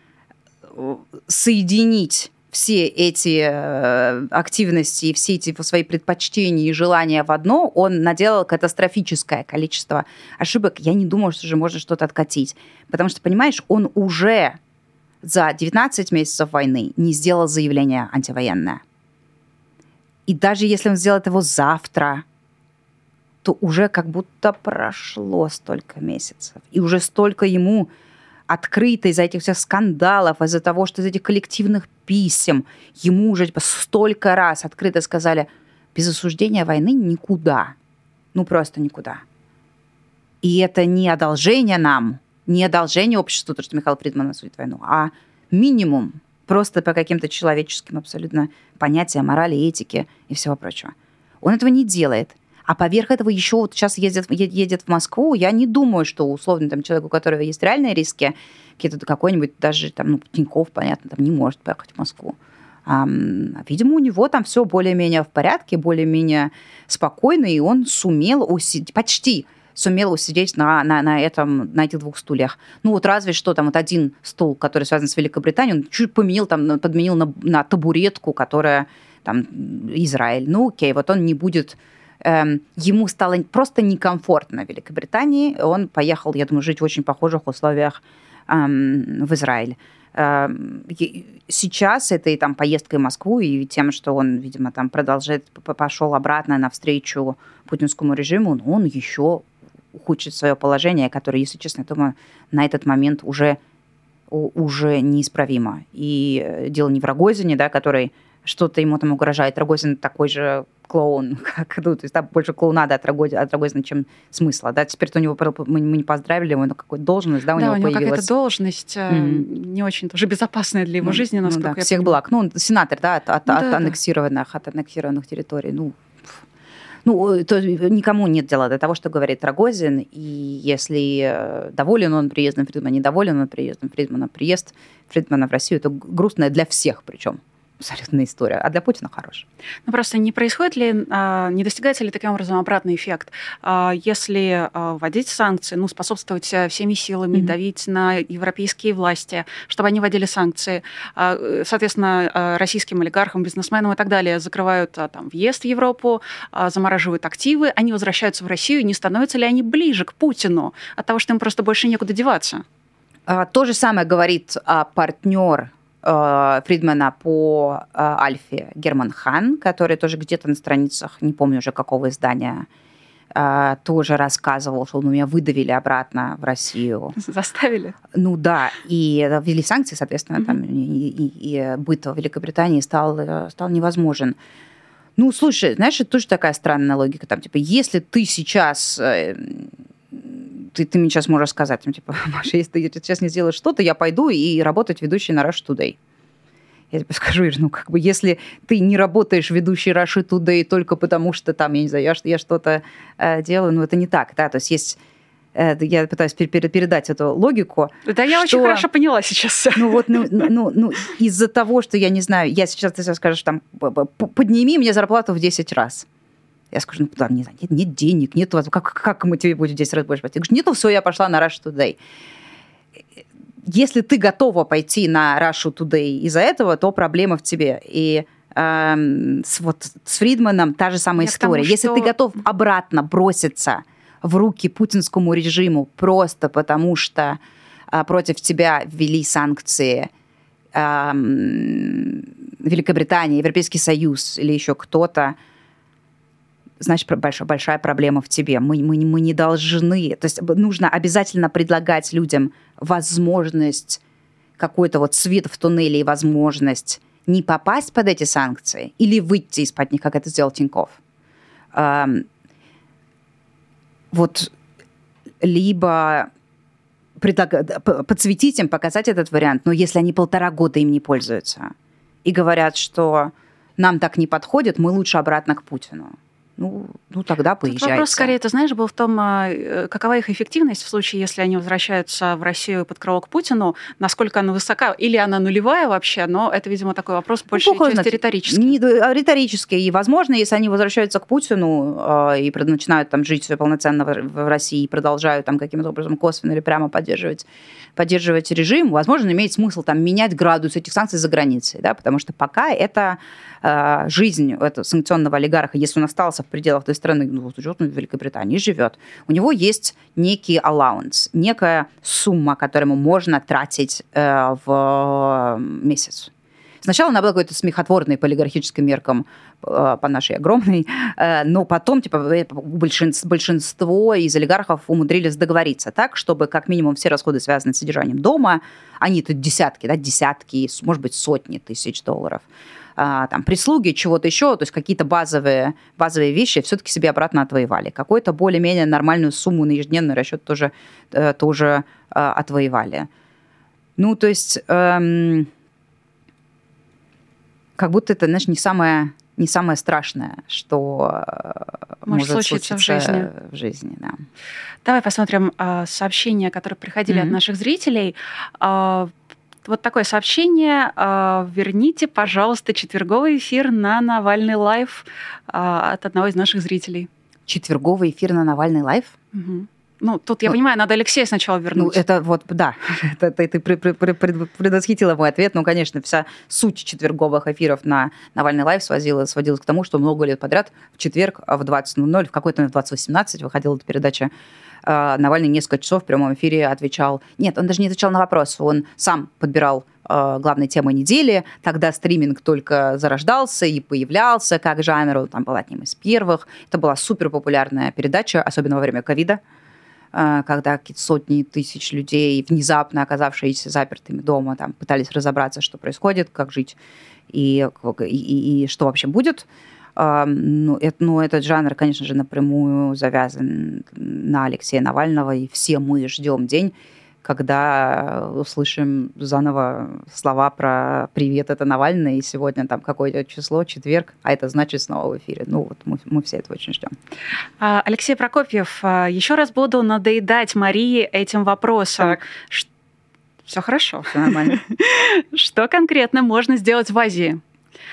S3: соединить все эти э, активности и все эти свои предпочтения и желания в одно, он наделал катастрофическое количество ошибок. Я не думаю, что же можно что-то откатить. Потому что, понимаешь, он уже за девятнадцать месяцев войны не сделал заявление антивоенное. И даже если он сделает его завтра, то уже как будто прошло столько месяцев. И уже столько ему открыто из-за этих всех скандалов, из-за того, что из этих коллективных писем ему уже типа, столько раз открыто сказали, без осуждения войны никуда. Ну, просто никуда. И это не одолжение нам, не одолжение обществу, то, что Михаил Фридман осудит войну, а минимум просто по каким-то человеческим абсолютно понятиям морали, этики и всего прочего. Он этого не делает. А поверх этого еще вот сейчас ездит, едет в Москву. Я не думаю, что условно там человеку, у которого есть реальные риски, какие-то какой-нибудь даже там, ну, Тинькофф, понятно, там не может поехать в Москву. А, видимо, у него там все более-менее в порядке, более-менее спокойно, и он сумел усидеть, почти сумел усидеть на, на, на, этом, на этих двух стульях. Ну вот разве что там вот один стул, который связан с Великобританией, он чуть поменял, там, подменил на, на табуретку, которая там Израиль. Ну окей, вот он не будет... Ему стало просто некомфортно в Великобритании. Он поехал, я думаю, жить в очень похожих условиях эм, в Израиль. Эм, сейчас этой там, поездкой в Москву и тем, что он, видимо, там продолжает, пошел обратно навстречу путинскому режиму, он еще ухудшит свое положение, которое, если честно, я думаю, на этот момент уже, уже неисправимо. И дело не в Рогозине, да, который что-то ему там угрожает. Рогозин такой же клоун, как, ну, то есть там больше клоунада от Рогозина, от Рогозина, чем смысла, да, теперь-то у него, мы, мы не поздравили его, но какая-то должность, да, у
S2: да,
S3: него,
S2: у него
S3: появилась.
S2: какая-то должность mm-hmm. не очень тоже безопасная для его mm-hmm. жизни, насколько
S3: ну, да,
S2: я
S3: всех
S2: понимаю.
S3: благ, ну, он сенатор, да, от, от,
S2: ну,
S3: от,
S2: да,
S3: аннексированных, да. от аннексированных территорий, ну, ну, то никому нет дела до того, что говорит Рогозин, и если доволен он приездом Фридмана, недоволен он приездом Фридмана, приезд Фридмана в Россию, это грустно для всех причем. Абсолютная история. А для Путина хорошая.
S2: Ну, просто не происходит ли, не достигается ли таким образом обратный эффект? Если вводить санкции, ну, способствовать всеми силами, mm-hmm. давить на европейские власти, чтобы они вводили санкции, соответственно, российским олигархам, бизнесменам и так далее закрывают там, въезд в Европу, замораживают активы, они возвращаются в Россию, не становятся ли они ближе к Путину от того, что им просто больше некуда деваться?
S3: То же самое говорит партнер Фридмана по Альфе Герман Хан, который тоже где-то на страницах, не помню уже какого издания, тоже рассказывал, что ну, меня выдавили обратно в Россию.
S2: Заставили?
S3: Ну да, и ввели санкции, соответственно, mm-hmm. там, и, и, и быт в Великобритании стал, стал невозможен. Ну, слушай, знаешь, это тоже такая странная логика. Там, типа, если ты сейчас... Ты, ты мне сейчас можешь сказать, там, типа, Маша, если ты сейчас не сделаешь что-то, я пойду и работать ведущей на Rush Today. Я тебе скажу, Ир, ну, как бы, если ты не работаешь ведущей Russia Today только потому, что там, я не знаю, я, я что-то э, делаю, ну, это не так, да, то есть есть... Э, я пытаюсь пер- пер- передать эту логику.
S2: Да, я
S3: что,
S2: очень хорошо поняла сейчас.
S3: Ну, вот, ну, ну, ну, из-за того, что, я не знаю, я сейчас, ты сейчас скажешь, там, подними мне зарплату в десять раз. Я скажу, ну, там, не знаю, нет, нет денег, нет, как, как мы тебе будем в десять раз больше платить? Я говорю, нету, все, я пошла на Russia Today. Если ты готова пойти на Russia Today из-за этого, то проблема в тебе. И э, с, вот, с Фридманом та же самая Я история. Тому, Если что... ты готов обратно броситься в руки путинскому режиму просто потому, что э, против тебя ввели санкции э, Великобритания, Европейский Союз или еще кто-то, значит, большая, большая проблема в тебе. Мы, мы, мы не должны... То есть нужно обязательно предлагать людям возможность, какой-то вот свет в туннеле и возможность не попасть под эти санкции или выйти из-под них, как это сделал Тинькофф. Эм, вот либо предлаг... подсветить им, показать этот вариант, но если они полтора года им не пользуются и говорят, что нам так не подходит, мы лучше обратно к Путину. Ну, ну, тогда поезжайте.
S2: Тут вопрос, скорее, ты знаешь, был в том, какова их эффективность в случае, если они возвращаются в Россию под крыло к Путину, насколько она высока, или она нулевая вообще, но это, видимо, такой вопрос больше ну, части риторический.
S3: Не, риторический. И, возможно, если они возвращаются к Путину э, и начинают там жить полноценно в, в России и продолжают там каким-то образом косвенно или прямо поддерживать, поддерживать режим, возможно, имеет смысл там менять градус этих санкций за границей, да, потому что пока это э, жизнь этого санкционного олигарха, если он остался в пределах той страны, ну, вот он в Великобритании живет, у него есть некий allowance, некая сумма, которую ему можно тратить э, в месяц. Сначала она была какой-то смехотворной по олигархическим меркам, э, по нашей огромной, э, но потом типа, большинство, большинство из олигархов умудрились договориться так, чтобы как минимум все расходы, связанные с содержанием дома, они тут десятки, да, десятки, может быть, сотни тысяч долларов, там, прислуги, чего-то еще, то есть какие-то базовые, базовые вещи все-таки себе обратно отвоевали. Какую-то более-менее нормальную сумму на ежедневный расчет тоже, тоже отвоевали. Ну, то есть эм, как будто это, знаешь, не самое, не самое страшное, что может, может случиться, случиться в жизни. В жизни, да.
S2: Давай посмотрим э, сообщения, которые приходили mm-hmm. от наших зрителей. Э, Вот такое сообщение. Верните, пожалуйста, четверговый эфир на Навальный лайв от одного из наших зрителей.
S3: Четверговый эфир на Навальный лайв?
S2: Угу. Ну, тут, я ну, понимаю, надо Алексея сначала вернуть.
S3: Ну, это вот, да, это, ты, ты предвосхитила мой ответ. Ну, конечно, вся суть четверговых эфиров на Навальный лайв сводилась, сводилась к тому, что много лет подряд в четверг в двадцать ноль ноль, в какой-то в двадцать восемнадцать выходила эта передача. Навальный несколько часов в прямом эфире отвечал... Нет, он даже не отвечал на вопросы, он сам подбирал э, главной темой недели. Тогда стриминг только зарождался и появлялся как жанр, он там был одним из первых. Это была суперпопулярная передача, особенно во время ковида, э, когда какие-то сотни тысяч людей, внезапно оказавшиеся запертыми дома, там, пытались разобраться, что происходит, как жить и, и, и что вообще будет. Ну, это, ну, этот жанр, конечно же, напрямую завязан на Алексея Навального, и все мы ждем день, когда услышим заново слова про «Привет, это Навальный», и сегодня там какое-то число, четверг, а это значит снова в эфире. Ну, вот мы, мы все этого очень ждем.
S2: Алексей Прокопьев, еще раз буду надоедать Марии этим вопросом.
S3: Так.
S2: Все хорошо.
S3: Все нормально.
S2: Что конкретно можно сделать в Азии?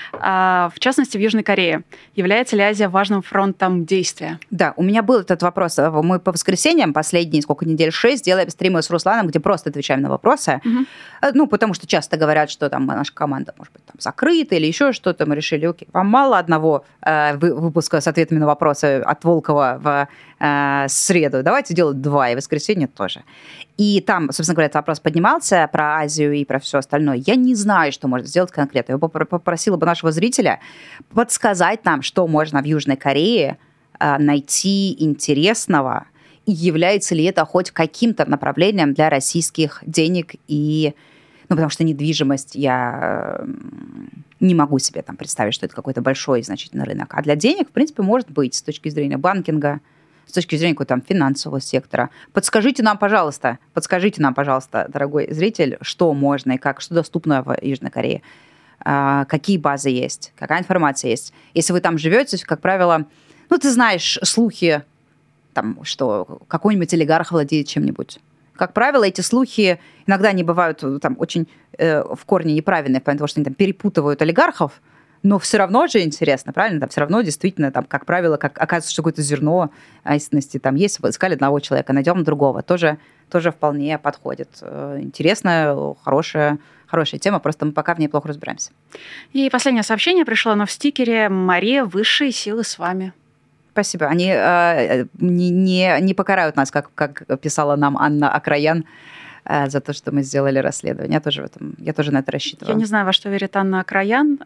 S2: В частности, в Южной Корее. Является ли Азия важным фронтом действия?
S3: Да, у меня был этот вопрос. Мы по воскресеньям последние сколько недель, шесть, делаем стримы с Русланом, где просто отвечаем на вопросы. Угу. Ну, потому что часто говорят, что там наша команда, может быть, там закрыта или еще что-то. Мы решили, окей, вам мало одного э, выпуска с ответами на вопросы от Волкова в э, среду. Давайте делать два, и в воскресенье тоже. И там, собственно говоря, этот вопрос поднимался про Азию и про все остальное. Я не знаю, что можно сделать конкретно. Я попросила бы нашего зрителя подсказать нам, что можно в Южной Корее э, найти интересного, и является ли это хоть каким-то направлением для российских денег и... Ну, потому что недвижимость, я не могу себе там представить, что это какой-то большой значительный рынок. А для денег, в принципе, может быть с точки зрения банкинга, с точки зрения какого-то там финансового сектора. Подскажите нам, пожалуйста, подскажите нам, пожалуйста, дорогой зритель, что можно и как, что доступно в Южной Корее. какие базы есть, какая информация есть. Если вы там живете, как правило, ну, ты знаешь слухи, там, что какой-нибудь олигарх владеет чем-нибудь. Как правило, эти слухи иногда они бывают там, очень э, в корне неправильные, потому что они там перепутывают олигархов, но все равно же интересно, правильно? Там все равно действительно, там, как правило, как, оказывается, что какое-то зерно истинности там есть. Вы искали одного человека, найдем другого. Тоже, тоже вполне подходит. Интересная, хорошая, хорошая тема, просто мы пока в ней плохо разбираемся.
S2: И последнее сообщение пришло, но в стикере «Мария, высшие силы с вами».
S3: Спасибо. Они э, не, не, не покарают нас, как, как писала нам Анна Акраян, э, за то, что мы сделали расследование. Я тоже, в этом, я тоже на это рассчитывала.
S2: Я не знаю, во что верит Анна Акраян,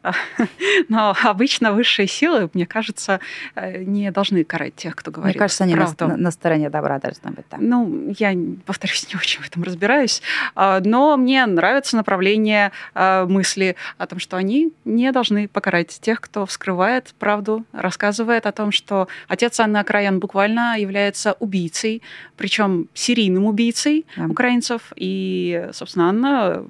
S2: но обычно высшие силы, мне кажется, не должны карать тех, кто говорит правду.
S3: Мне кажется, они на, на стороне добра должны быть. Да.
S2: Ну, я, повторюсь, не очень в этом разбираюсь, но мне нравится направление мысли о том, что они не должны покарать тех, кто вскрывает правду, рассказывает о том, что отец Анны Акраян буквально является убийцей, причем серийным убийцей да. украинцев. И, собственно, Анна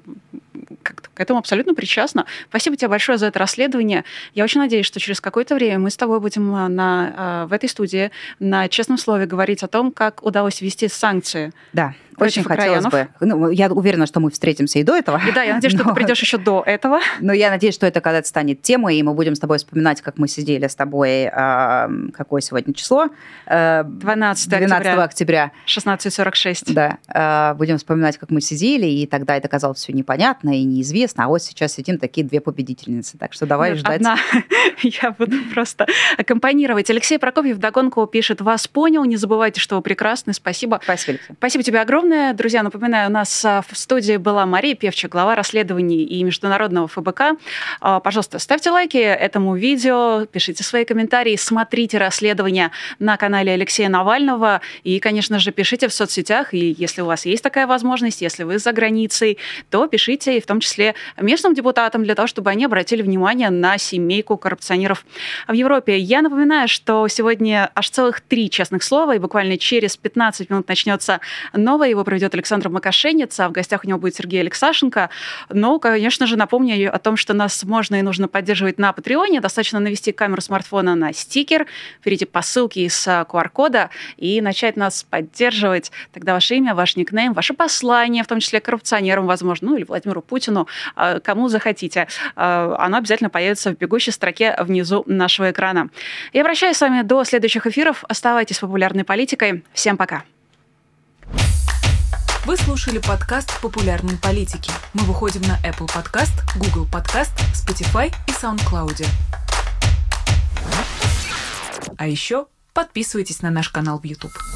S2: к этому абсолютно причастна. Спасибо тебе большое за это расследование. Я очень надеюсь, что через какое-то время мы с тобой будем на, в этой студии на честном слове говорить о том, как удалось ввести санкции.
S3: Да, очень хотелось бы. Ну, я уверена, что мы встретимся и до этого.
S2: И да, я надеюсь, что но... ты придешь еще до этого.
S3: Но я надеюсь, что это когда-то станет темой, и мы будем с тобой вспоминать, как мы сидели с тобой, э, какое сегодня число?
S2: Э, двенадцатого октября. шестнадцать сорок шесть.
S3: Да, э, будем вспоминать, как мы сидели, и тогда это казалось все непонятно и неизвестно, а вот сейчас сидим такие две победительницы. Так что давай
S2: Нет,
S3: ждать.
S2: Одна. Я буду просто аккомпанировать. Алексей Прокопьев вдогонку пишет: «Вас понял, не забывайте, что вы прекрасны». Спасибо.
S3: Спасибо, Алексей.
S2: Спасибо тебе огромное. Друзья, напоминаю, у нас в студии была Мария Певчик, глава расследований и международного эф бэ ка. Пожалуйста, ставьте лайки этому видео, пишите свои комментарии, смотрите расследования на канале Алексея Навального и, конечно же, пишите в соцсетях. И если у вас есть такая возможность, если вы за границей, то пишите, и в том числе местным депутатам, для того, чтобы они обратили внимание на семейку коррупционеров в Европе. Я напоминаю, что сегодня аж целых три честных слова, и буквально через пятнадцать минут начнется новое. Его проведет Александр Макашенец, а в гостях у него будет Сергей Алексашенко. Но, конечно же, напомню о том, что нас можно и нужно поддерживать на Патреоне. Достаточно навести камеру смартфона на стикер, перейти по ссылке из ку ар-кода и начать нас поддерживать. Тогда ваше имя, ваш никнейм, ваше послание, в том числе коррупционерам, возможно, ну или Владимиру Путину, кому захотите. Оно обязательно появится в бегущей строке внизу нашего экрана. Я прощаюсь с вами до следующих эфиров. Оставайтесь популярной политикой. Всем пока.
S1: Вы слушали подкаст «Популярной политики». Мы выходим на Apple Podcast, Google Podcast, Spotify и SoundCloud. А еще подписывайтесь на наш канал в YouTube.